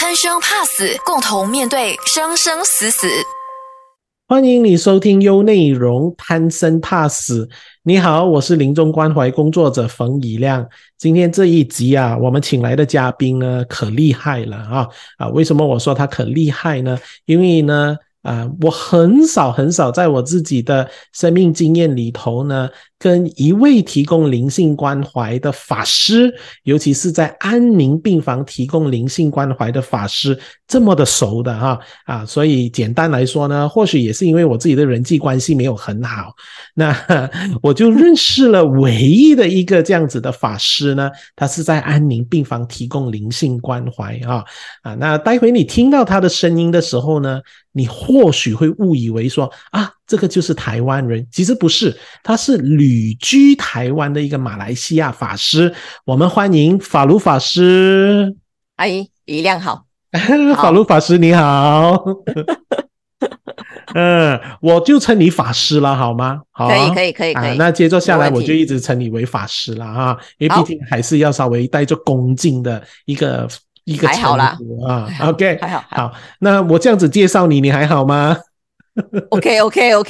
贪生怕死，共同面对生生死死。 欢迎你收听优内容贪生怕死。你好，我是临终关怀工作者冯以亮。今天这一集啊，我们请来的嘉宾呢可厉害了为什么我说他可厉害呢？因为呢我很少在我自己的生命经验里头呢，跟一位提供灵性关怀的法师，尤其是在安宁病房提供灵性关怀的法师这么的熟的所以简单来说呢，或许也是因为我自己的人际关系没有很好，那我就认识了唯一的一个这样子的法师呢，他是在安宁病房提供灵性关怀那待会你听到他的声音的时候呢，你或许会误以为说这个就是台湾人，其实不是，他是旅居台湾的一个马来西亚法师。我们欢迎法卢法师。 以亮好。 法卢法师你好。我就称你法师了好吗？好， 可以那接着下来我就一直称你为法师了因为毕竟还是要稍微带着恭敬的一个称呼OK， 还好。 那我这样子介绍你还好吗 ？OK。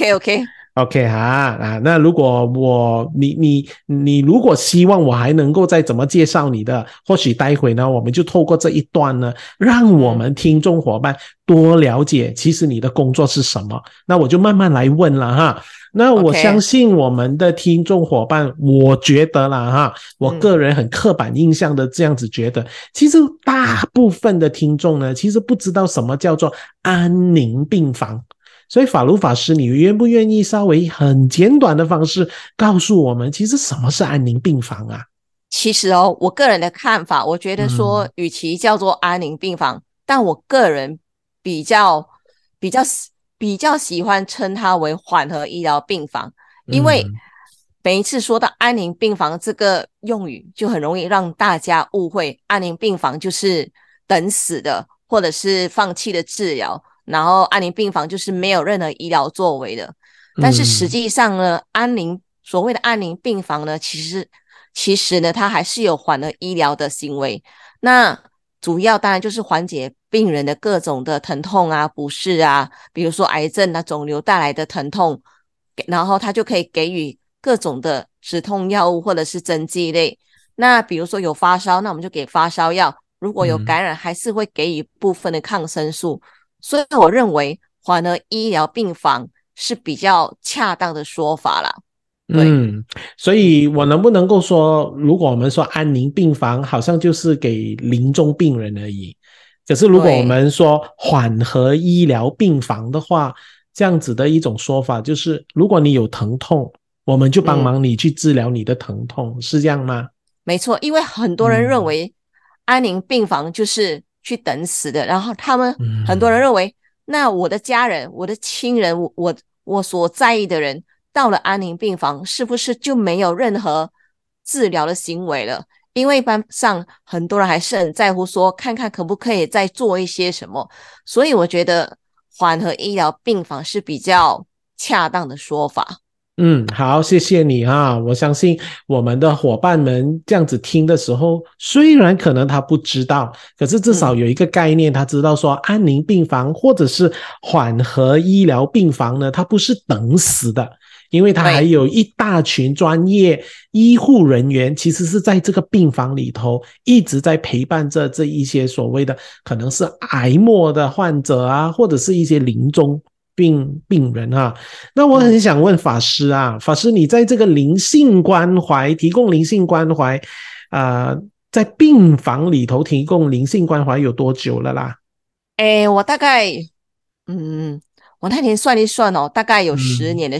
OK 那如果你如果希望我还能够再怎么介绍你的，或许待会呢我们就透过这一段呢，让我们听众伙伴多了解其实你的工作是什么，那我就慢慢来问了那我相信我们的听众伙伴，我觉得啦我个人很刻板印象的这样子觉得，其实大部分的听众呢，其实不知道什么叫做安宁病房。所以法卢法师，你愿不愿意稍微很简短的方式告诉我们，其实什么是安宁病房啊？ 其实我个人的看法，我觉得说与其叫做安宁病房，但我个人比较喜欢称它为缓和医疗病房，因为每一次说到安宁病房这个用语，就很容易让大家误会安宁病房就是等死的，或者是放弃的治疗，然后安宁病房就是没有任何医疗作为的。但是实际上呢，所谓的安宁病房呢，其实呢，它还是有缓和医疗的行为。那主要当然就是缓解病人的各种的疼痛不适比如说癌症肿瘤带来的疼痛，然后它就可以给予各种的止痛药物或者是针剂类。那比如说有发烧，那我们就给发烧药，如果有感染还是会给予部分的抗生素。所以我认为缓和医疗病房是比较恰当的说法啦。 所以我能不能够说，如果我们说安宁病房好像就是给临终病人而已，可是如果我们说缓和医疗病房的话，这样子的一种说法就是如果你有疼痛，我们就帮忙你去治疗你的疼痛，是这样吗？ 没错，因为很多人认为安宁病房就是去等死的，然后他们很多人认为那我的家人我的亲人我所在意的人到了安宁病房是不是就没有任何治疗的行为了？因为一般上很多人还是很在乎说看看可不可以再做一些什么，所以我觉得缓和医疗病房是比较恰当的说法。 好，谢谢你我相信我们的伙伴们这样子听的时候，虽然可能他不知道，可是至少有一个概念，他知道说安宁病房或者是缓和医疗病房呢，它不是等死的，因为它还有一大群专业医护人员其实是在这个病房里头一直在陪伴着这一些所谓的可能是癌末的患者或者是一些临终病人那我很想问法师法师你在这个灵性关怀提供灵性关怀在病房里头提供灵性关怀有多久了啦？ 我大概我那天算一算大概有10年的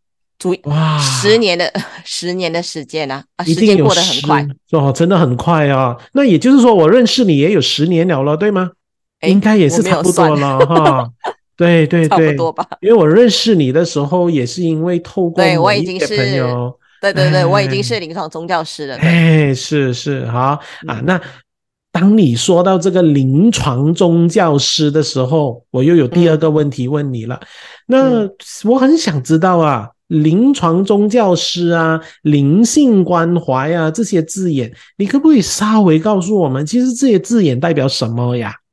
10年的时间时间过得很快真的很快那也就是说我认识你也有10年了对吗？应该也是差不多了对， 差不多吧。 因为我认识你的时候也是因为透过某一些朋友， 对，我已经是临床宗教师了。 是好那当你说到这个临床宗教师的时候，我又有第二个问题问你了。那我很想知道临床宗教师灵性关怀这些字眼，你可不可以稍微告诉我们，其实这些字眼代表什么呀？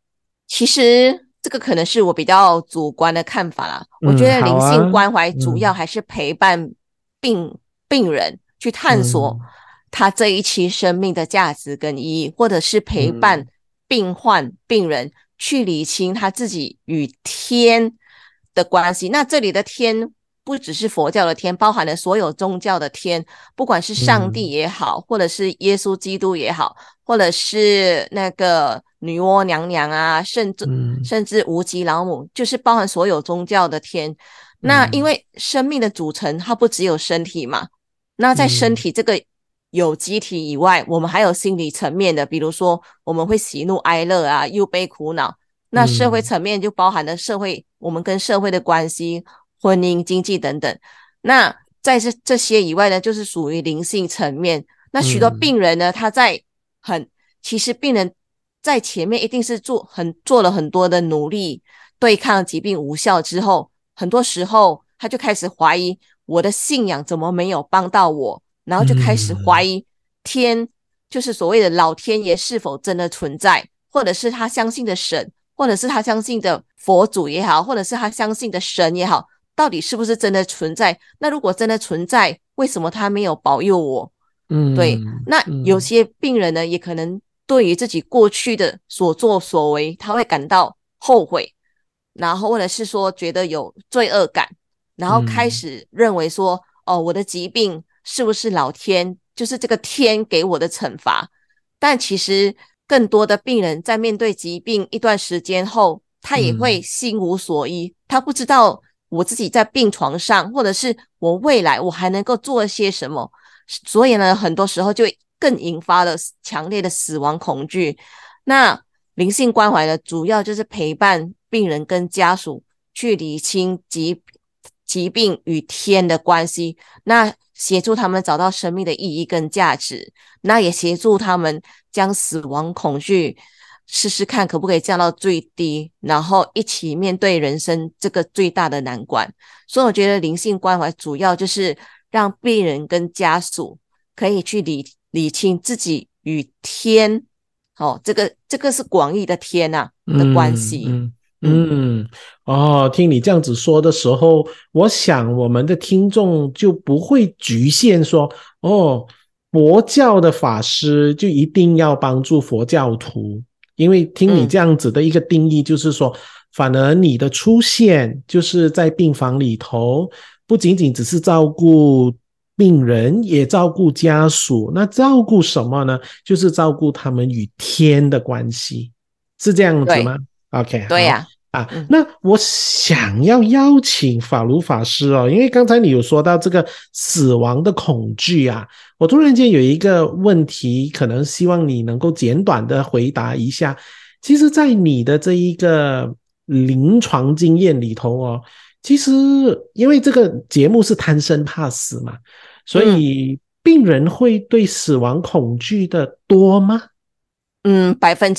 其实这个可能是我比较主观的看法啦。我觉得灵好啊， 性关怀主要还是陪伴病人去探索嗯他这一期生命的价值跟意义，或者是陪伴嗯病人去理清他自己与天的关系。那这里的天不只是佛教的天，包含了所有宗教的天，不管是上帝嗯也好，或者是耶稣基督也好，或者是那个女娲娘娘啊， 嗯甚至无极老母，就是包含所有宗教的天。那因嗯为生命的组成，它不只有身体嘛，那在身嗯体这个有机体以外，我们还有心理层面的，比如说我们会喜怒哀乐啊，忧悲苦恼。那社会嗯层面就包含了我们跟社会的关系、婚姻、经济等等。那在这些以外呢，就是属于灵性层面。那许多嗯病人呢，其实病人在前面一定是做了很多的努力，对抗疾病无效之后，很多时候他就开始怀疑我的信仰怎么没有帮到我，然后就开始怀嗯疑天，就是所谓的老天爷是否真的存在，或者是他相信的神，或者是他相信的佛祖也好，或者是他相信的神也好，到底是不是真的存在？那如果真的存在，为什么他没有保佑我？对， 嗯那有嗯些病人呢，也可能对于自己过去的所作所为，他会感到后悔，然后或者是说觉得有罪恶感，然后开嗯始认为说，哦，我的疾病是不是老天，就是这个天给我的惩罚？但其实更多的病人在面对疾病一段时间后，他也会嗯心无所依，他不知道我自己在病床上，或者是我未来我还能够做些什么。所以呢，很多时候就更引发了强烈的死亡恐惧。那灵性关怀呢，主要就是陪伴病人跟家属去理清疾病与天的关系，那协助他们找到生命的意义跟价值，那也协助他们将死亡恐惧试试看可不可以降到最低，然后一起面对人生这个最大的难关。所以我觉得灵性关怀主要就是让病人跟家属可以去理清自己与天，哦，这个是广义的天啊的关系。 嗯嗯嗯嗯，哦，听你这样子说的时候，我想我们的听众就不会局限说，哦，佛教的法师就一定要帮助佛教徒，因为听你这嗯样子的一个定义，就是说，反而你的出现就是在病房里头，不仅仅只是照顾病人，也照顾家属。那照顾什么呢？就是照顾他们与天的关系。是这样子吗对 ？OK，好对呀、 啊。 嗯那我想要邀请法卢法师哦，因为刚才你有说到这个死亡的恐惧啊，我突然间有一个问题，可能希望你能够简短的回答一下。其实，在你的这一个临床经验里头哦，其实因为这个节目是贪生怕死嘛，所嗯以病人会对死亡恐惧的多吗？ 嗯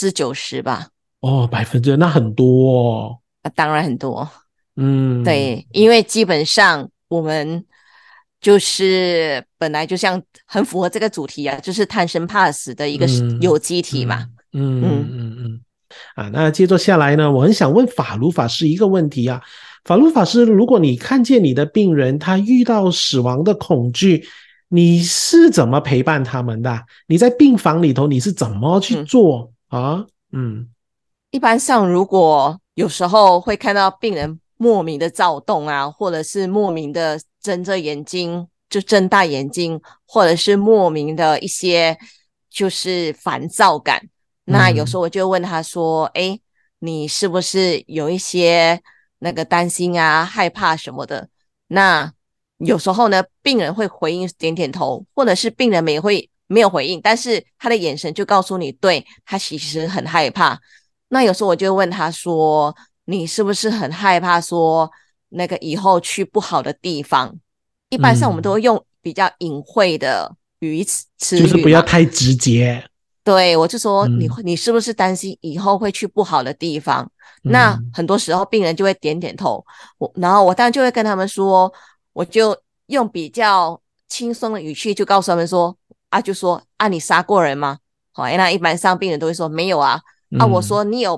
90%吧， 哦，100%那很多哦。 当然很多。 嗯对，因为基本上我们就是本来就像很符合这个主题啊，就是贪生怕死的一个嗯有机体嘛。 嗯嗯嗯嗯嗯啊，那接着下来呢，我很想问法卢法师一个问题啊，法卢法师，如果你看见你的病人他遇到死亡的恐惧，你是怎么陪伴他们的？你在病房里头你是怎么去嗯， 做啊？嗯一般上如果有时候会看到病人莫名的躁动啊，或者是莫名的睁着眼睛就睁大眼睛，或者是莫名的一些就是烦躁感，那有时嗯候我就问他说：“哎，你是不是有一些那个担心啊、害怕什么的？”那有时候呢，病人会回应点点头，或者是病人也会没有回应，但是他的眼神就告诉你，对，他其实很害怕。那有时候我就问他说：“你是不是很害怕说那个以后去不好的地方？”一般上我们都嗯， 会用比较隐晦的词就是不要语嘛。 太直接。 对，我就说嗯你是不是担心以后会去不好的地方？那嗯很多时候病人就会点点头，然后我当然就会跟他们说，我就用比较轻松的语气就告诉他们说啊，就说啊，你杀过人吗？好，那一般上病人都会说没有啊。啊，我嗯说你有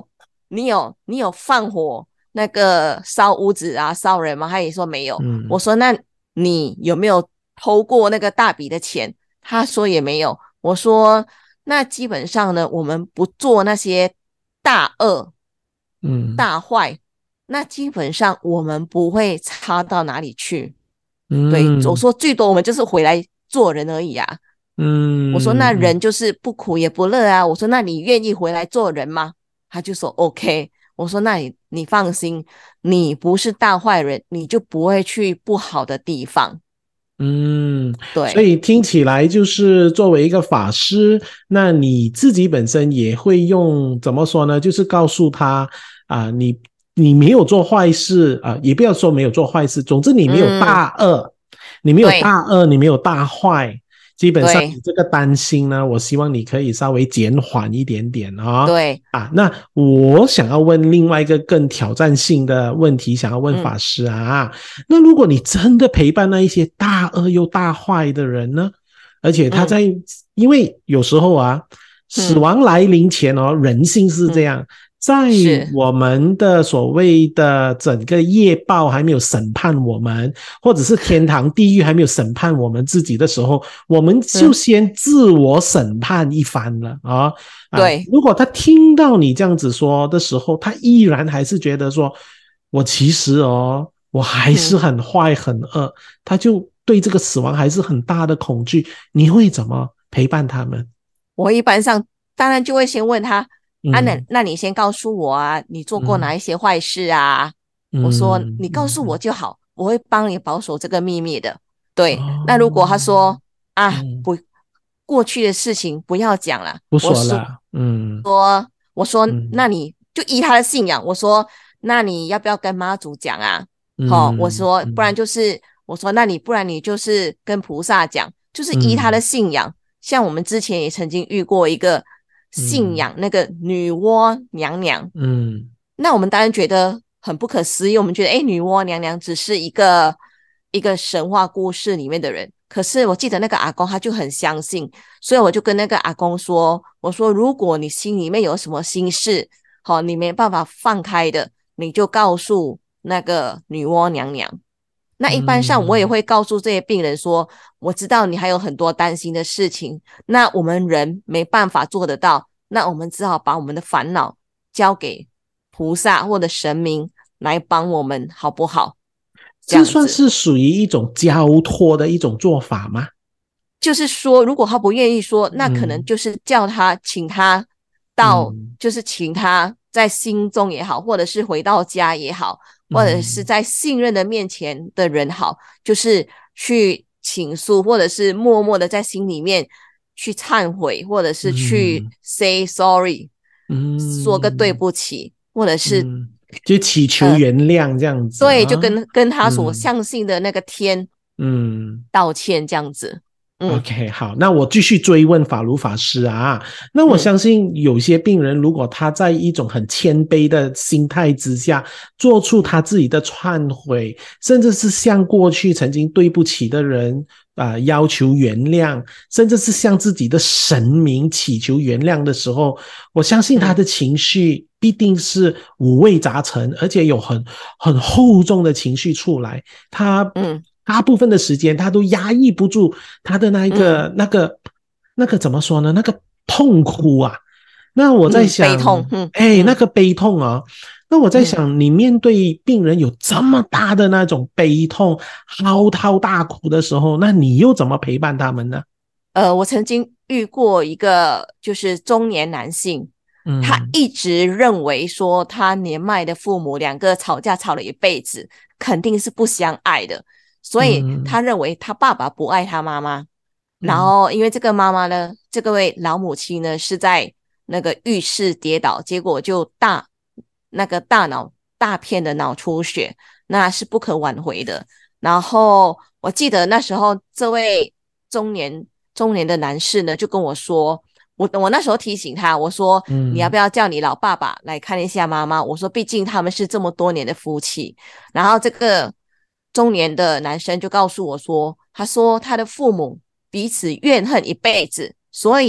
你有放火那个烧屋子啊烧人吗？他也说没有。我说那你有没有偷过那个大笔的钱？他说也没有。我说那基本上呢，我们不做那些大恶大坏，那基本上我们不会差到哪里去。对，我说最多我们就是回来做人而已啊。我说那人就是不苦也不乐啊。我说那你愿意回来做人吗？他就说 OK。我说那你放心，你不是大坏人，你就不会去不好的地方。 所对， 以听起来就是作为一个法师，那你自己本身也会用怎么说呢？就是告诉他你没有做坏事也不要说没有做坏事，总之你没有大恶，你没有对大恶，你没有大坏。基本上你对这个担心呢，我希望你可以稍微减缓一点点对， 那我想要问另外一个更挑战性的问题，想要问法师那如果你真的陪伴那一些大恶又大坏的人呢？而且他在，因为有时候死亡来临前人性是这样，在我们的所谓的整个业报还没有审判我们，或者是天堂地狱还没有审判我们自己的时候，我们就先自我审判一番了对， 如果他听到你这样子说的时候，他依然还是觉得说我其实我还是很坏很恶，他就对这个死亡还是很大的恐惧，你会怎么陪伴他们？ 我一般上当然就会先问他那你先告诉我你做过哪一些坏事啊？我说你告诉我就好，我会帮你保守这个秘密的。对，那如果他说不，过去的事情不要讲了， 不说了， 我说那你就依他的信仰，我说那你要不要跟妈祖讲啊？我说不然就是我说那你不然你就是跟菩萨讲，就是依他的信仰。像我们之前也曾经遇过一个信仰那个女娲娘娘，那我们当然觉得很不可思议，我们觉得女娲娘娘只是一个神话故事里面的人，可是我记得那个阿公他就很相信，所以我就跟那个阿公说，我说如果你心里面有什么心事你没办法放开的，你就告诉那个女娲娘娘。那一般上我也会告诉这些病人说，我知道你还有很多担心的事情，那我们人没办法做得到，那我们只好把我们的烦恼交给菩萨或者神明来帮我们，好不好？ 这算是属于一种交托的一种做法吗？ 就是说如果他不愿意说，那可能就是叫他请他到就是请他在心中也好，或者是回到家也好，或者是在信任的面前的人好，就是去倾诉，或者是默默的在心里面去忏悔，或者是去 say sorry，说个对不起，或者是就祈求原谅这样子对，就跟他所相信的那个天道歉这样子。 OK， 好，那我继续追问法如法师那我相信有些病人如果他在一种很谦卑的心态之下做出他自己的忏悔，甚至是向过去曾经对不起的人要求原谅，甚至是向自己的神明祈求原谅的时候，我相信他的情绪必定是五味杂陈，而且有很厚重的情绪出来，他大部分的时间他都压抑不住他的那个怎么说呢？那个痛苦那我在想， 悲痛， 那个悲痛那我在想，你面对病人有这么大的那种悲痛、嚎啕大哭的时候，那你又怎么陪伴他们呢？ 我曾经遇过一个就是中年男性，他一直认为说他年迈的父母两个吵架吵了一辈子，肯定是不相爱的。所以他认为他爸爸不爱他妈妈，然后因为这个妈妈呢，这个位老母亲呢是在那个浴室跌倒，结果就那个大脑大片的脑出血，那是不可挽回的。然后我记得那时候这位中年的男士呢就跟我说，我那时候提醒他，我说你要不要叫你老爸爸来看一下妈妈，我说毕竟他们是这么多年的夫妻。然后这个中年的男生就告诉我说，他说他的父母彼此怨恨一辈子，所以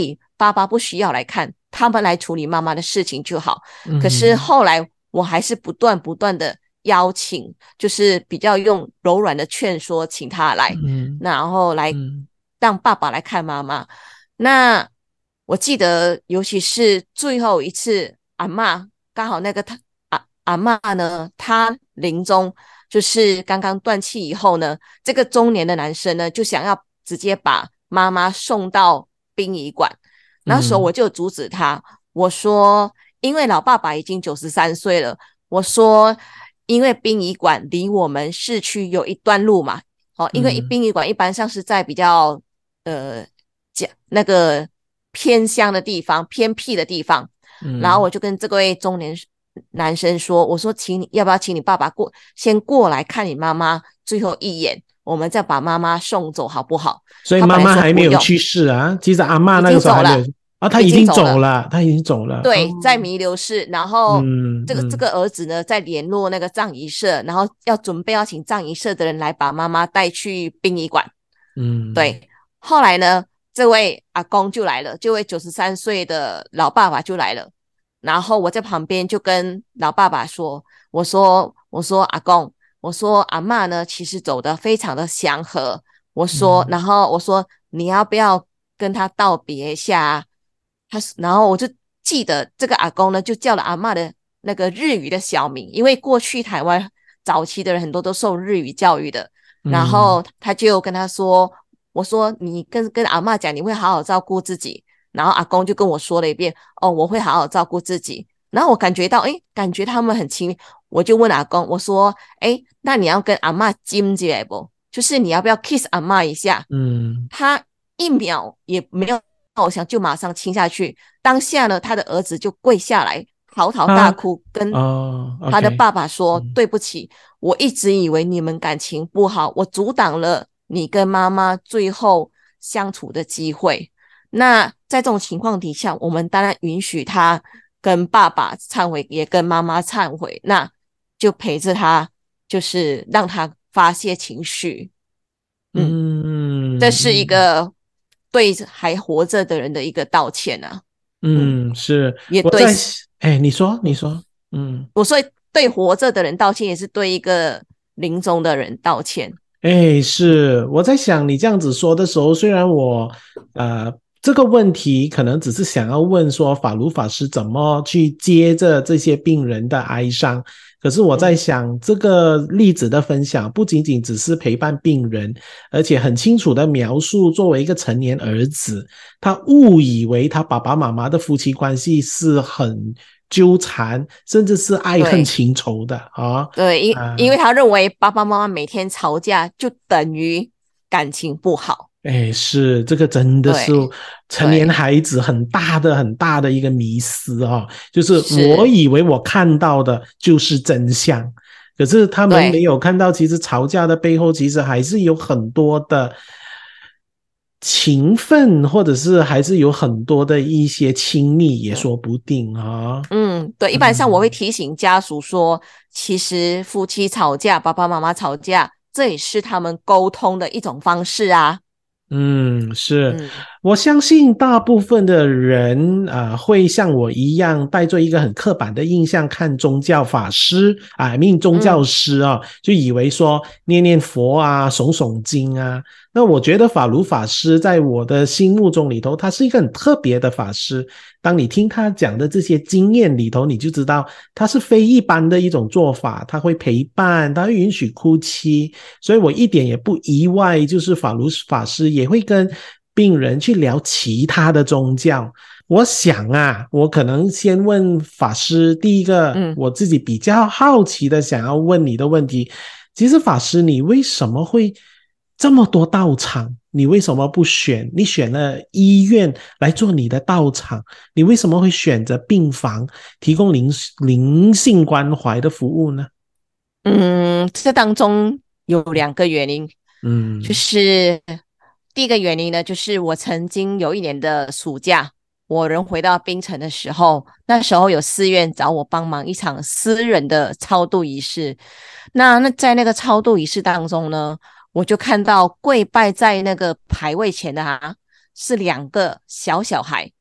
爸爸不需要来看，他们来处理妈妈的事情就好。可是嗯后来我还是不断的邀请，就是比较用柔软的劝说请他来， 嗯然后来嗯让爸爸来看妈妈。那我记得尤其是最后一次阿嬷刚好那个阿嬷呢，她临终就是刚刚断气以后呢，这个中年的男生呢就想要直接把妈妈送到殡仪馆。那时候我就阻止他，我说因为老爸爸已经93岁了，我说因为殡仪馆离我们市区有一段路嘛，因为殡仪馆一般上是在比较那个偏乡的地方、偏僻的地方，然后我就跟这位中年男生说，我说要不要请你爸爸先过来看你妈妈最后一眼，我们再把妈妈送走好不好？ 所以妈妈还没有去世啊，其实阿嬷那个时候还没有啊，她已经走了，她已经走了。 对，在弥留室，然后这个儿子呢在联络那个葬仪社，然后准备要请葬仪社的人来把妈妈带去殡仪馆。对，后来呢，这位阿公就来了，这位93岁的老爸爸就来了，然后我在旁边就跟老爸爸说，我说阿公，我说阿嬷呢其实走得非常的祥和，我说然后我说你要不要跟他道别一下啊？然后我就记得这个阿公呢就叫了阿嬷的那个日语的小名，因为过去台湾早期的人很多都受日语教育的，然后他就跟他说，我说你跟阿嬷讲你会好好照顾自己，然后阿公就跟我说了一遍，我会好好照顾自己。然后我感觉到感觉他们很亲密，我就问阿公，我说那你要跟阿嬷亲起来不？就是你要不要 kiss 阿嬷一下？他一秒也没有我想就马上亲下去，当下呢他的儿子就跪下来嚎啕大哭，跟他的爸爸说，对不起，我一直以为你们感情不好，我阻挡了你跟妈妈最后相处的机会。那在这种情况底下，我们当然允许他跟爸爸忏悔，也跟妈妈忏悔，那就陪着他，就是让他发泄情绪。这是一个对还活着的人的一个道歉啊。 是， 也对， 你说， 我说对活着的人道歉，也是对一个临终的人道歉。 是，我在想你这样子说的时候，虽然我这个问题可能只是想要问说法卢法师怎么去接着这些病人的哀伤，可是我在想这个例子的分享不仅仅只是陪伴病人，而且很清楚的描述作为一个成年儿子，他误以为他爸爸妈妈的夫妻关系是很纠缠，甚至是爱恨情仇的啊。 对，因为他认为爸爸妈妈每天吵架就等于感情不好。 是，这个真的是成年孩子很大的一个迷思啊，就是我以为我看到的就是真相，可是他们没有看到，其实吵架的背后其实还是有很多的情分，或者是还是有很多的一些亲密也说不定啊。 对，一般上我会提醒家属说，其实夫妻吵架，爸爸妈妈吵架，这也是他们沟通的一种方式啊。 是，我相信大部分的人会像我一样带着一个很刻板的印象看宗教法师宗教师就以为说念念佛啊，诵诵经啊。那我觉得法卢法师在我的心目中里头，他是一个很特别的法师。当你听他讲的这些经验里头，你就知道他是非一般的一种做法，他会陪伴，他会允许哭泣，所以我一点也不意外，就是法卢法师也会跟病人去聊其他的宗教。我想我可能先问法师第一个我自己比较好奇的想要问你的问题，其实法师你为什么会这么多道场？你为什么不你选了医院来做你的道场，你为什么会选择病房提供灵性关怀的服务呢？ 这当中有2个原因。就是第一个原因呢，就是我曾经有1年的暑假，我人回到槟城的时候，那时候有寺院找我帮忙一场私人的超度仪式。那在那个超度仪式当中呢，我就看到跪拜在那个牌位前的是2个小孩，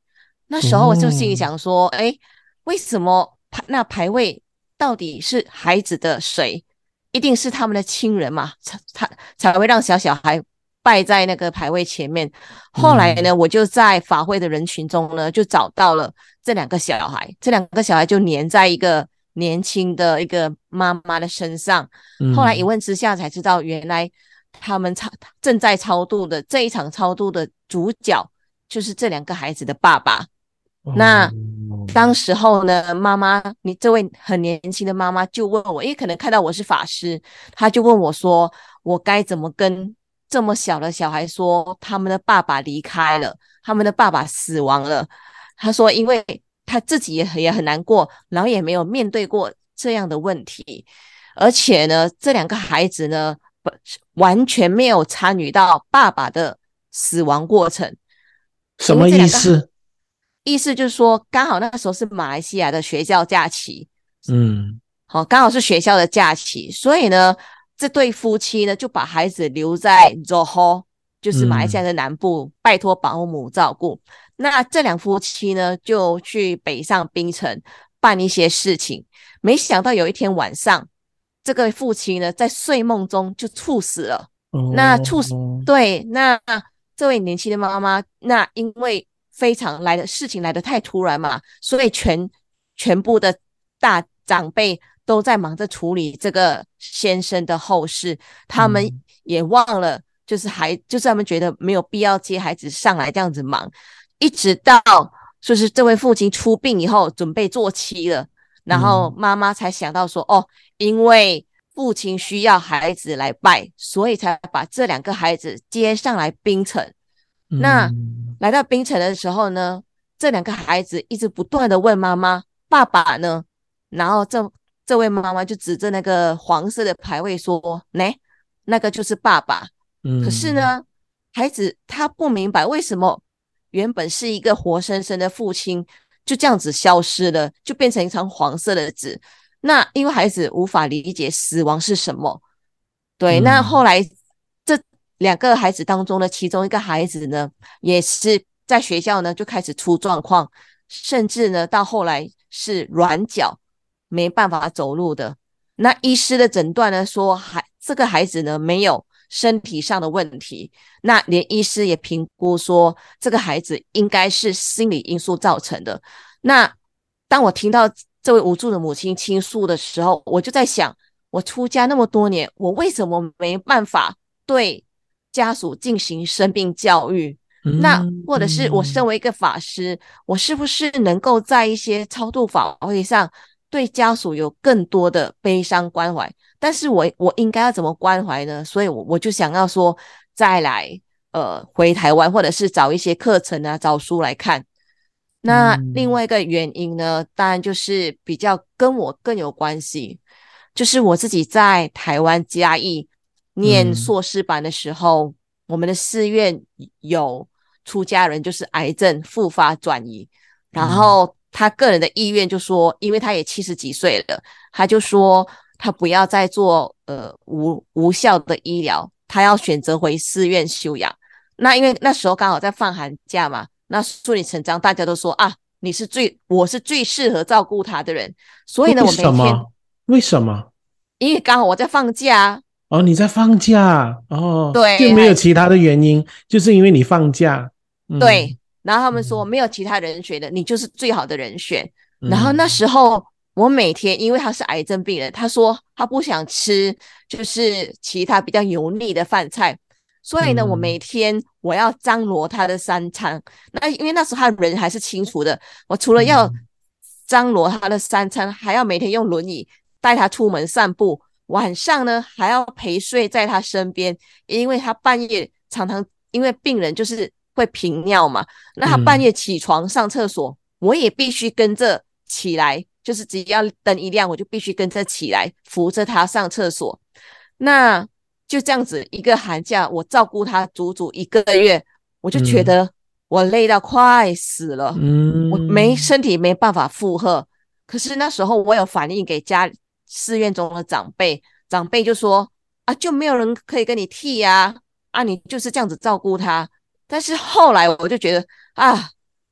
那时候我就心里想说，哎，为什么那牌位到底是孩子的谁？一定是他们的亲人嘛，才会让小孩拜在那个牌位前面。后来呢，我就在法会的人群中呢，就找到了这两个小孩，这两个小孩就黏在一个年轻的一个妈妈的身上。后来一问之下才知道，原来他们正在超度的这一场超度的主角就是这两个孩子的爸爸。那当时候呢，妈妈，你这位很年轻的妈妈就问我，因为可能看到我是法师，她就问我说，我该怎么跟这么小的小孩说，他们的爸爸离开了，他们的爸爸死亡了。她说，因为她自己也很难过，然后也没有面对过这样的问题，而且呢，这两个孩子呢，完全没有参与到爸爸的死亡过程。 什么意思？ 意思就是说，刚好那时候是马来西亚的学校假期，好，刚好是学校的假期，所以呢，这对夫妻呢就把孩子留在 Johor， 就是马来西亚的南部，拜托保姆照顾。那这两夫妻呢就去北上槟城办一些事情，没想到有一天晚上，这个父亲呢在睡梦中就猝死了。那对，那这位年轻的妈妈，那因为非常事情来得太突然嘛，所以全部的大长辈都在忙着处理这个先生的后事，他们也忘了，就是他们觉得没有必要接孩子上来这样子忙，一直到就是这位父亲出殡以后，准备做七了，然后妈妈才想到说，因为父亲需要孩子来拜，所以才把这两个孩子接上来槟城。那来到槟城的时候呢，这两个孩子一直不断的问妈妈爸爸呢，然后这位妈妈就指着那个黄色的牌位说，那个就是爸爸。可是呢，孩子他不明白为什么原本是一个活生生的父亲就这样子消失了，就变成一张黄色的纸。那因为孩子无法理解死亡是什么，对，那后来这两个孩子当中的其中一个孩子呢，也是在学校呢就开始出状况，甚至呢到后来是软脚，没办法走路的。那医师的诊断呢说，这个孩子呢没有身体上的问题，那连医师也评估说，这个孩子应该是心理因素造成的。那当我听到这位无助的母亲倾诉的时候，我就在想，我出家那么多年，我为什么没办法对家属进行生病教育？那或者是我身为一个法师，我是不是能够在一些超度法会上对家属有更多的悲伤关怀？但是我应该要怎么关怀呢？所以我就想要说，再来回台湾，或者是找一些课程啊，找书来看。那另外一个原因呢，当然就是比较跟我更有关系，就是我自己在台湾嘉义念硕士班的时候，我们的寺院有出家人就是癌症复发转移，然后他个人的意愿就说，因为他也70几岁了，他就说他不要再做无效的医疗，他要选择回寺院休养。那因为那时候刚好在放寒假嘛，那顺理成章大家都说啊，我是最适合照顾他的人，所以呢，我每天为什么？ 因为刚好我在放假。 你在放假对， 就没有其他的原因，就是因为你放假。 对，然后他们说没有其他人选的，你就是最好的人选。然后那时候我每天，因为他是癌症病人，他说他不想吃就是其他比较油腻的饭菜，所以呢，我每天我要张罗他的3餐。那因为那时候他人还是清楚的，我除了要张罗他的3餐，还要每天用轮椅带他出门散步，晚上呢还要陪睡在他身边，因为他半夜常常因为病人就是会频尿嘛，那他半夜起床上厕所，我也必须跟着起来，就是只要灯一亮，我就必须跟着起来扶着他上厕所。那就这样子一个寒假，我照顾他足足1个月，我就觉得我累到快死了，我身体没办法负荷。可是那时候我有反映给寺院中的长辈，长辈就说啊，就没有人可以跟你替啊，你就是这样子照顾他。但是后来我就觉得啊，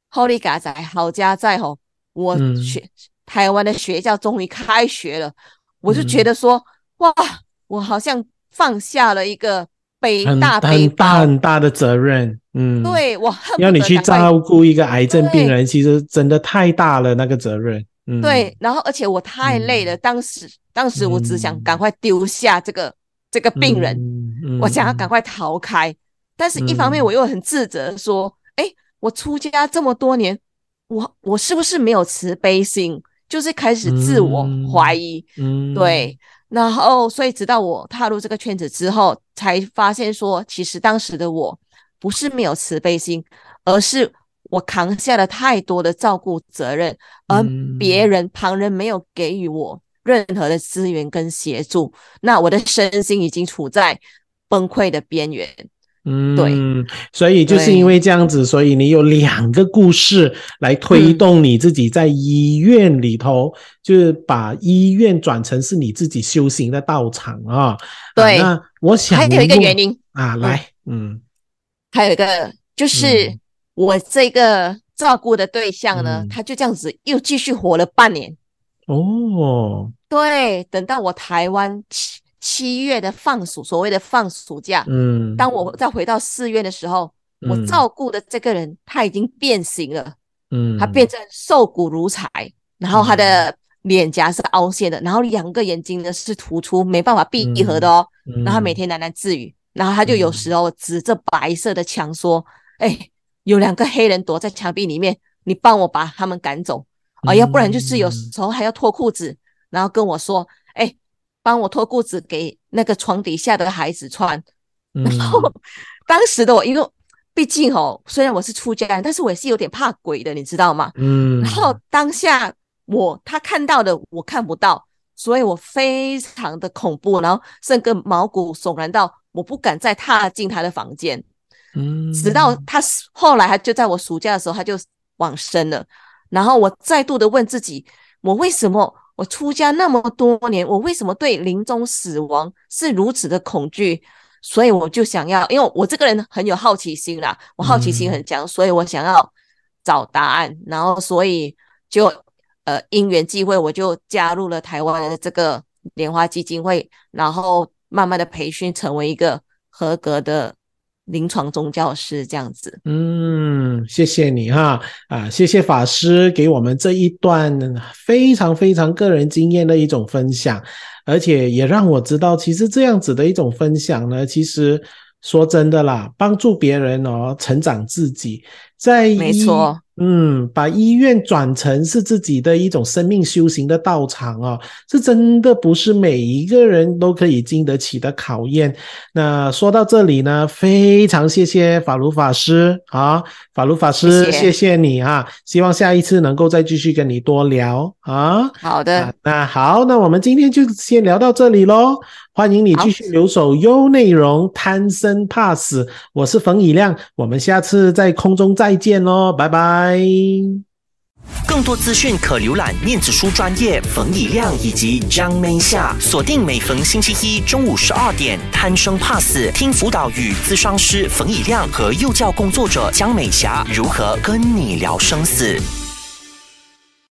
好利嘎仔好家在吼，我台湾的学校终于开学了，我就觉得说，哇，我好像放下了一个背包很大的责任， 对，我恨不得要你去照顾一个癌症病人，其实真的太大了那个责任， 对，然后而且我太累了，当时我只想赶快丢下这个病人，我想要赶快逃开，但是一方面我又很自责说，我出家这么多年，我是不是没有慈悲心？就是开始自我怀疑，对，然后所以直到我踏入这个圈子之后，才发现说，其实当时的我不是没有慈悲心，而是我扛下了太多的照顾责任，而旁人没有给予我任何的资源跟协助，那我的身心已经处在崩溃的边缘。对， 所以就是因为这样子，所以你有2个故事来推动你自己在医院里头，就是把医院转成是你自己修行的道场啊。 对， 那我想还有一个原因来， 还有一个就是我这个照顾的对象呢，他就这样子又继续活了半年。 哦， 对，等到我台湾7月的所谓的放暑假，当我再回到4月的时候，我照顾的这个人他已经变形了，他变成瘦骨如柴，然后他的脸颊是凹陷的，然后2个眼睛呢是突出没办法闭合的哦，然后他每天喃喃自语，然后他就有时候指着白色的墙说，有2个黑人躲在墙壁里面，你帮我把他们赶走，要不然就是有时候还要脱裤子，然后跟我说，帮我脱裤子给那个床底下的孩子穿。然后当时的我，因为毕竟虽然我是出家人，但是我也是有点怕鬼的，你知道吗？然后当下他看到的我看不到，所以我非常的恐怖，然后甚至毛骨悚然到我不敢再踏进他的房间。直到后来他就在我暑假的时候他就往生了，然后我再度的问自己，我出家那么多年，我为什么对临终死亡是如此的恐惧？所以我就想要，因为我这个人很有好奇心啦，我好奇心很强，所以我想要找答案，然后所以就因缘际会，我就加入了台湾的这个莲花基金会，然后慢慢的培训成为一个合格的临床宗教师这样子。 谢谢你哈，谢谢法师给我们这一段非常非常个人经验的一种分享，而且也让我知道其实这样子的一种分享呢，其实说真的啦，帮助别人成长自己， 没错， 把医院转成是自己的一种生命修行的道场是真的不是每一个人都可以经得起的考验。那说到这里呢，非常谢谢法卢法师法卢法师，谢谢你希望下一次能够再继续跟你多聊好的， 那好，那我们今天就先聊到这里咯，欢迎你继续留守优内容，贪生怕死，我是冯以亮，我们下次在空中再见咯，拜拜。 更多资讯可浏览面子书专业冯以亮以及张妹夏，锁定每逢星期一中午12点，贪生怕死，听辅导与咨商师冯以亮和幼教工作者江美霞如何跟你聊生死。